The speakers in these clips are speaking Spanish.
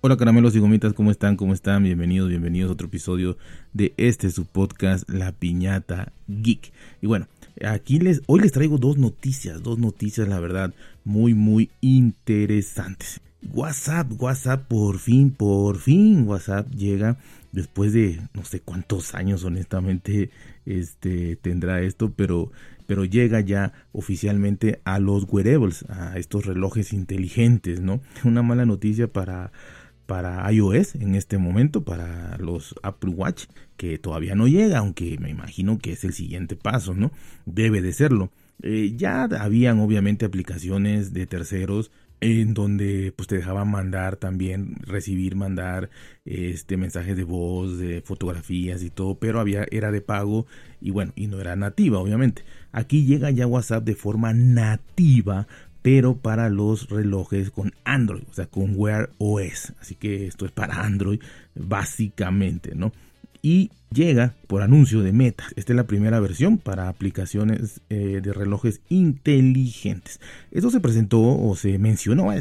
Hola caramelos y gomitas, ¿cómo están? ¿Cómo están? Bienvenidos a otro episodio de su podcast, La Piñata Geek. Y bueno, hoy les traigo dos noticias, la verdad, muy interesantes. WhatsApp, por fin, WhatsApp llega después de no sé cuántos años, honestamente, tendrá esto, pero llega ya oficialmente a los wearables, a estos relojes inteligentes, ¿no? Una mala noticia para iOS en este momento, para los Apple Watch, que todavía no llega, aunque me imagino que es el siguiente paso, ¿no? Debe de serlo. Ya habían obviamente aplicaciones de terceros en donde pues te dejaban mandar también, mandar mensajes de voz, de fotografías y todo, pero era de pago y bueno, y no era nativa obviamente. Aquí llega ya WhatsApp de forma nativa, pero para los relojes con Android, o sea, con Wear OS. Así que esto es para Android, básicamente, ¿no? Y llega por anuncio de Meta. Esta es la primera versión para aplicaciones de relojes inteligentes. Esto se presentó o se mencionó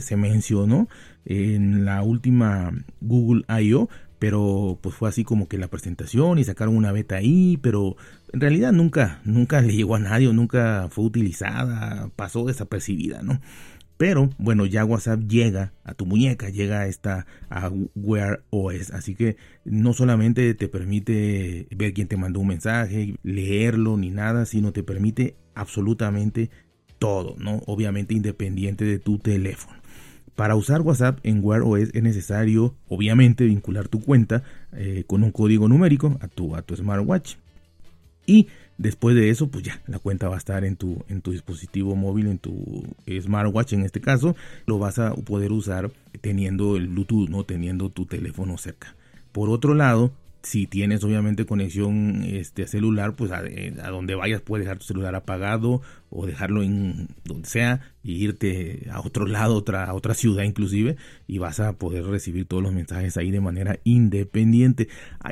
en la última Google I.O., pero pues fue así como que la presentación y sacaron una beta ahí, pero en realidad nunca le llegó a nadie o nunca fue utilizada, pasó desapercibida, ¿no? Pero bueno, ya WhatsApp llega a tu muñeca, llega a Wear OS, así que no solamente te permite ver quién te mandó un mensaje, leerlo ni nada, sino te permite absolutamente todo, ¿no? Obviamente independiente de tu teléfono. Para usar WhatsApp en Wear OS es necesario, obviamente, vincular tu cuenta con un código numérico a tu smartwatch. Y después de eso, pues ya, la cuenta va a estar en tu dispositivo móvil, en tu smartwatch en este caso. Lo vas a poder usar teniendo el Bluetooth, ¿no? Teniendo tu teléfono cerca. Por otro lado, si tienes obviamente conexión a celular, pues a donde vayas puedes dejar tu celular apagado o dejarlo en donde sea y irte a otro lado, a otra ciudad inclusive, y vas a poder recibir todos los mensajes ahí de manera independiente.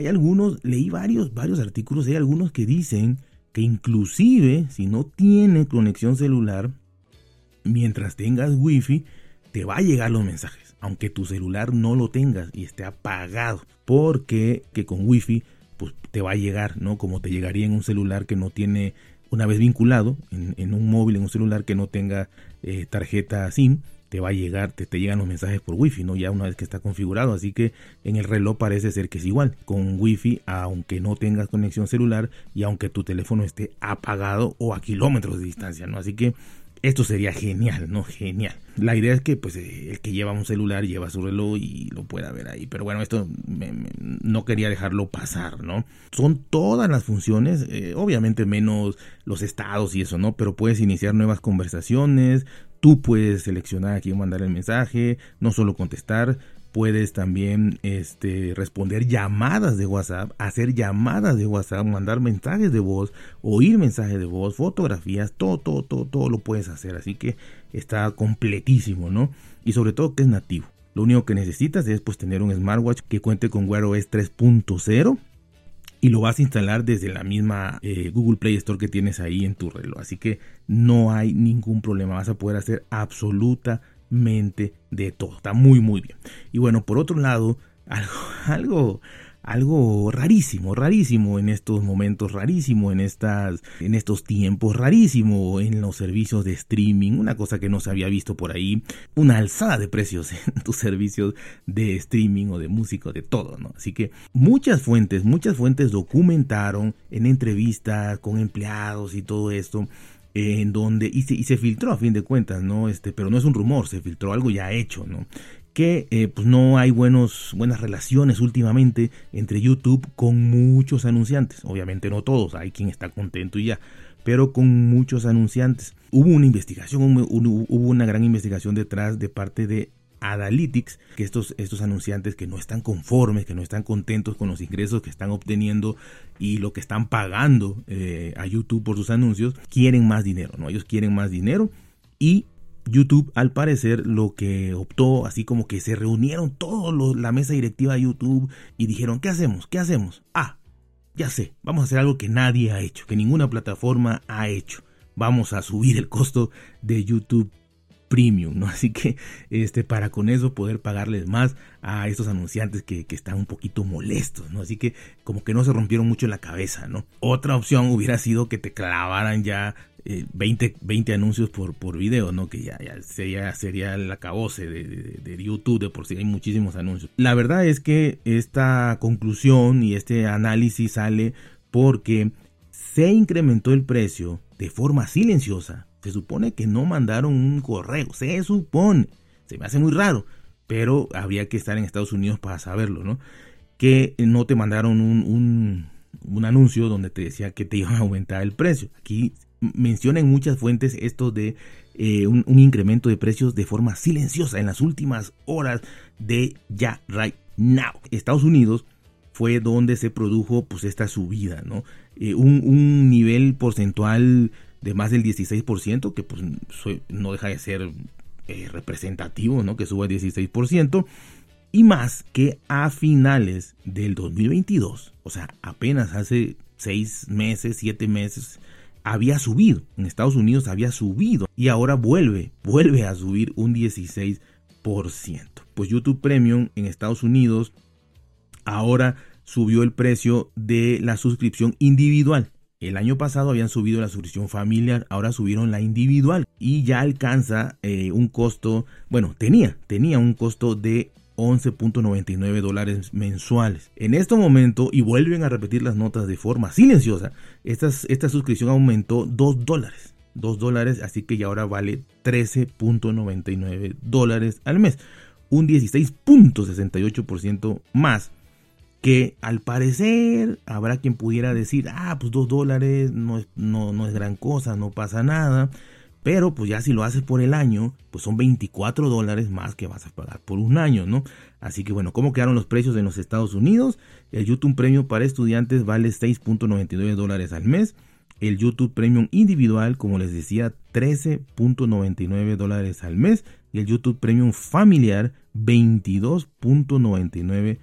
Leí varios artículos, hay algunos que dicen que inclusive si no tiene conexión celular, mientras tengas wifi, te va a llegar los mensajes, aunque tu celular no lo tengas y esté apagado, porque que con wifi pues te va a llegar, ¿no? Como te llegaría en un celular que no tiene, una vez vinculado en un móvil, en un celular que no tenga tarjeta SIM, te va a llegar, te llegan los mensajes por wifi, ¿no? Ya una vez que está configurado, así que en el reloj parece ser que es igual, con wifi, aunque no tengas conexión celular y aunque tu teléfono esté apagado o a kilómetros de distancia, ¿no? Así que esto sería genial, ¿no? Genial. La idea es que pues el que lleva un celular lleva su reloj y lo pueda ver ahí. Pero bueno, esto no quería dejarlo pasar, ¿no? Son todas las funciones, obviamente menos los estados y eso, ¿no? Pero puedes iniciar nuevas conversaciones, tú puedes seleccionar a quién mandar el mensaje, no solo contestar. Puedes también responder llamadas de WhatsApp, hacer llamadas de WhatsApp, mandar mensajes de voz, oír mensajes de voz, fotografías, todo lo puedes hacer. Así que está completísimo, ¿no? Y sobre todo que es nativo. Lo único que necesitas es pues tener un smartwatch que cuente con Wear OS 3.0 y lo vas a instalar desde la misma Google Play Store que tienes ahí en tu reloj. Así que no hay ningún problema, vas a poder hacer absolutamente de todo, está muy bien. Y bueno, por otro lado, algo rarísimo en estos momentos, rarísimo en estos tiempos, rarísimo en los servicios de streaming, una cosa que no se había visto por ahí, una alzada de precios en tus servicios de streaming o de música, de todo, ¿no? Así que muchas fuentes documentaron en entrevistas con empleados y todo esto, en donde y se filtró a fin de cuentas, ¿no? Pero no es un rumor, se filtró algo ya hecho, ¿no? Que pues no hay buenas relaciones últimamente entre YouTube con muchos anunciantes. Obviamente no todos, hay quien está contento y ya, pero con muchos anunciantes. Hubo una investigación, hubo una gran investigación detrás de parte de Adalytics, que estos anunciantes que no están conformes, que no están contentos con los ingresos que están obteniendo y lo que están pagando a YouTube por sus anuncios, quieren más dinero, ¿no? Ellos quieren más dinero y YouTube, al parecer, lo que optó, así como que se reunieron la mesa directiva de YouTube y dijeron, ¿qué hacemos? Ya sé, vamos a hacer algo que nadie ha hecho, que ninguna plataforma ha hecho. Vamos a subir el costo de YouTube Premium, ¿no? Así que para con eso poder pagarles más a estos anunciantes que están un poquito molestos, ¿no? Así que como que no se rompieron mucho la cabeza, ¿no? Otra opción hubiera sido que te clavaran ya 20 anuncios por video, ¿no? Que ya sería el acabose de YouTube, de por sí hay muchísimos anuncios. La verdad es que esta conclusión y este análisis sale porque se incrementó el precio de forma silenciosa. Se supone que no mandaron un correo, se supone, se me hace muy raro, pero habría que estar en Estados Unidos para saberlo, ¿no? Que no te mandaron un anuncio donde te decía que te iban a aumentar el precio. Aquí mencionan muchas fuentes esto de un incremento de precios de forma silenciosa en las últimas horas de ya right now. Estados Unidos fue donde se produjo pues esta subida, ¿no? Un nivel porcentual de más del 16%, que pues no deja de ser representativo, ¿no? Que suba el 16%, y más que a finales del 2022, o sea, apenas hace 6 meses, 7 meses, había subido, en Estados Unidos había subido, y ahora vuelve a subir un 16%. Pues YouTube Premium en Estados Unidos ahora subió el precio de la suscripción individual. El año pasado habían subido la suscripción familiar, ahora subieron la individual y ya alcanza un costo, bueno, tenía un costo de $11.99 mensuales. En este momento, y vuelven a repetir las notas de forma silenciosa, esta suscripción aumentó $2, así que ya ahora vale $13.99 al mes, un 16.68% más. Que al parecer habrá quien pudiera decir, pues $2 no es gran cosa, no pasa nada, pero pues ya si lo haces por el año, pues son $24 más que vas a pagar por un año, ¿no? Así que bueno, ¿cómo quedaron los precios en los Estados Unidos? El YouTube Premium para estudiantes vale $6.99 al mes, el YouTube Premium individual, como les decía, $13.99 al mes, y el YouTube Premium familiar, $22.99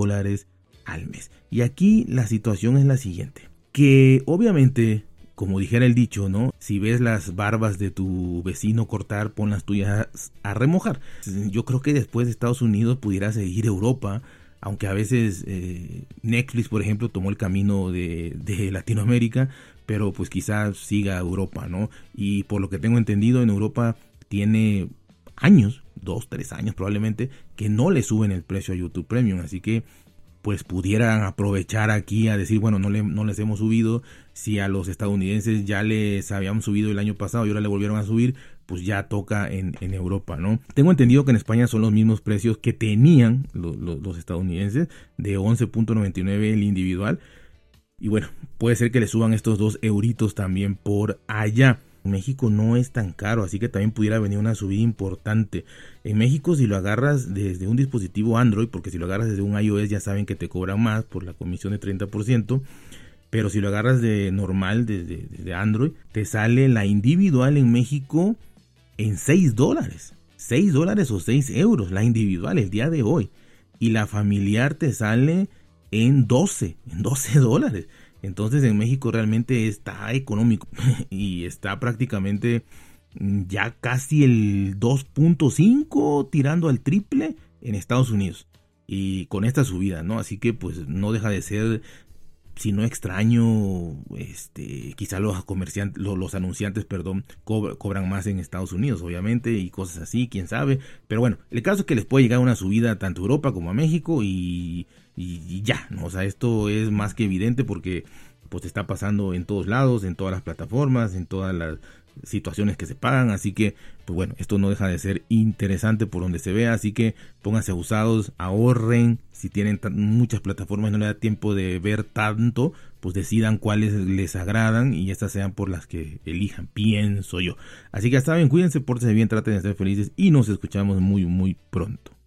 al mes. Y aquí la situación es la siguiente, que obviamente, como dijera el dicho, ¿no? Si ves las barbas de tu vecino cortar, pon las tuyas a remojar. Yo creo que después de Estados Unidos pudiera seguir Europa, aunque a veces Netflix, por ejemplo, tomó el camino de Latinoamérica, pero pues quizás siga Europa, ¿no? Y por lo que tengo entendido, en Europa tiene años, 2-3 años probablemente, que no le suben el precio a YouTube Premium, así que pues pudieran aprovechar aquí a decir, bueno, no les hemos subido. Si a los estadounidenses ya les habíamos subido el año pasado y ahora le volvieron a subir, pues ya toca en Europa, ¿no? Tengo entendido que en España son los mismos precios que tenían los estadounidenses, de $11.99 el individual, y bueno, puede ser que le suban estos 2 euritos también por allá. México no es tan caro, así que también pudiera venir una subida importante. En México, si lo agarras desde un dispositivo Android, porque si lo agarras desde un iOS ya saben que te cobran más por la comisión de 30%, pero si lo agarras de normal desde Android, te sale la individual en México en $6. $6 o 6 euros la individual el día de hoy, y la familiar te sale en $12. Entonces en México realmente está económico y está prácticamente ya casi el 2.5 tirando al triple en Estados Unidos, y con esta subida, ¿no? Así que pues no deja de ser, si no extraño, quizá los anunciantes, cobran más en Estados Unidos, obviamente, y cosas así, quién sabe. Pero bueno, el caso es que les puede llegar una subida tanto a Europa como a México y ya, ¿no? O sea, esto es más que evidente porque pues está pasando en todos lados, en todas las plataformas, en todas las situaciones que se pagan, así que pues bueno, esto no deja de ser interesante por donde se vea, así que pónganse abusados, ahorren. Si tienen muchas plataformas y no les da tiempo de ver tanto, pues decidan cuáles les agradan y estas sean por las que elijan, pienso yo. Así que hasta bien, cuídense, pórtense bien, traten de ser felices y nos escuchamos muy pronto.